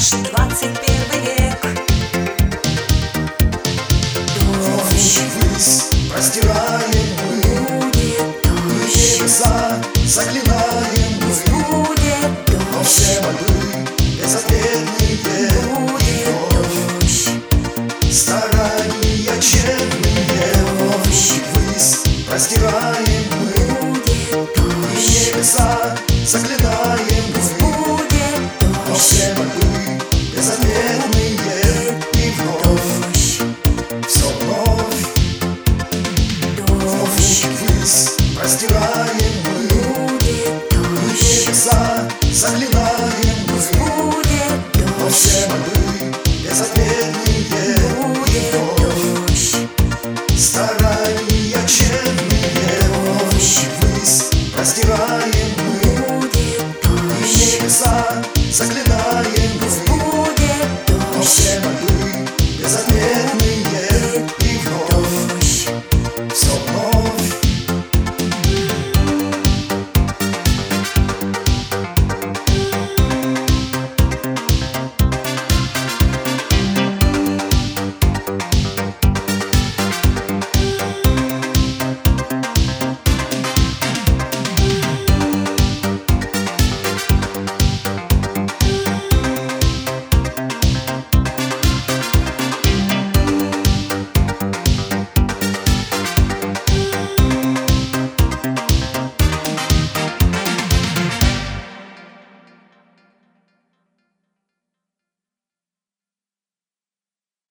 наш 21 век. Дождь ввысь простираем мы, будет дождь, небеса заклинаем мы, будет дождь, но все мольбы безответные. будет дождь, Старания тщетные, дождь ввысь простираем мы, будет дождь, небеса заклинаем мы, будет но дождь, все мольбы безответные. И вновь, все вновь, дождь, ввысь простираем мы, будет дождь, небеса заклинаем мы, будет но все дождь, мольбы безответные. И вновь, дождь, старания тщетные, дождь, ввысь простираем мы, будет дождь, небеса заклинаем мы, будет но дождь, все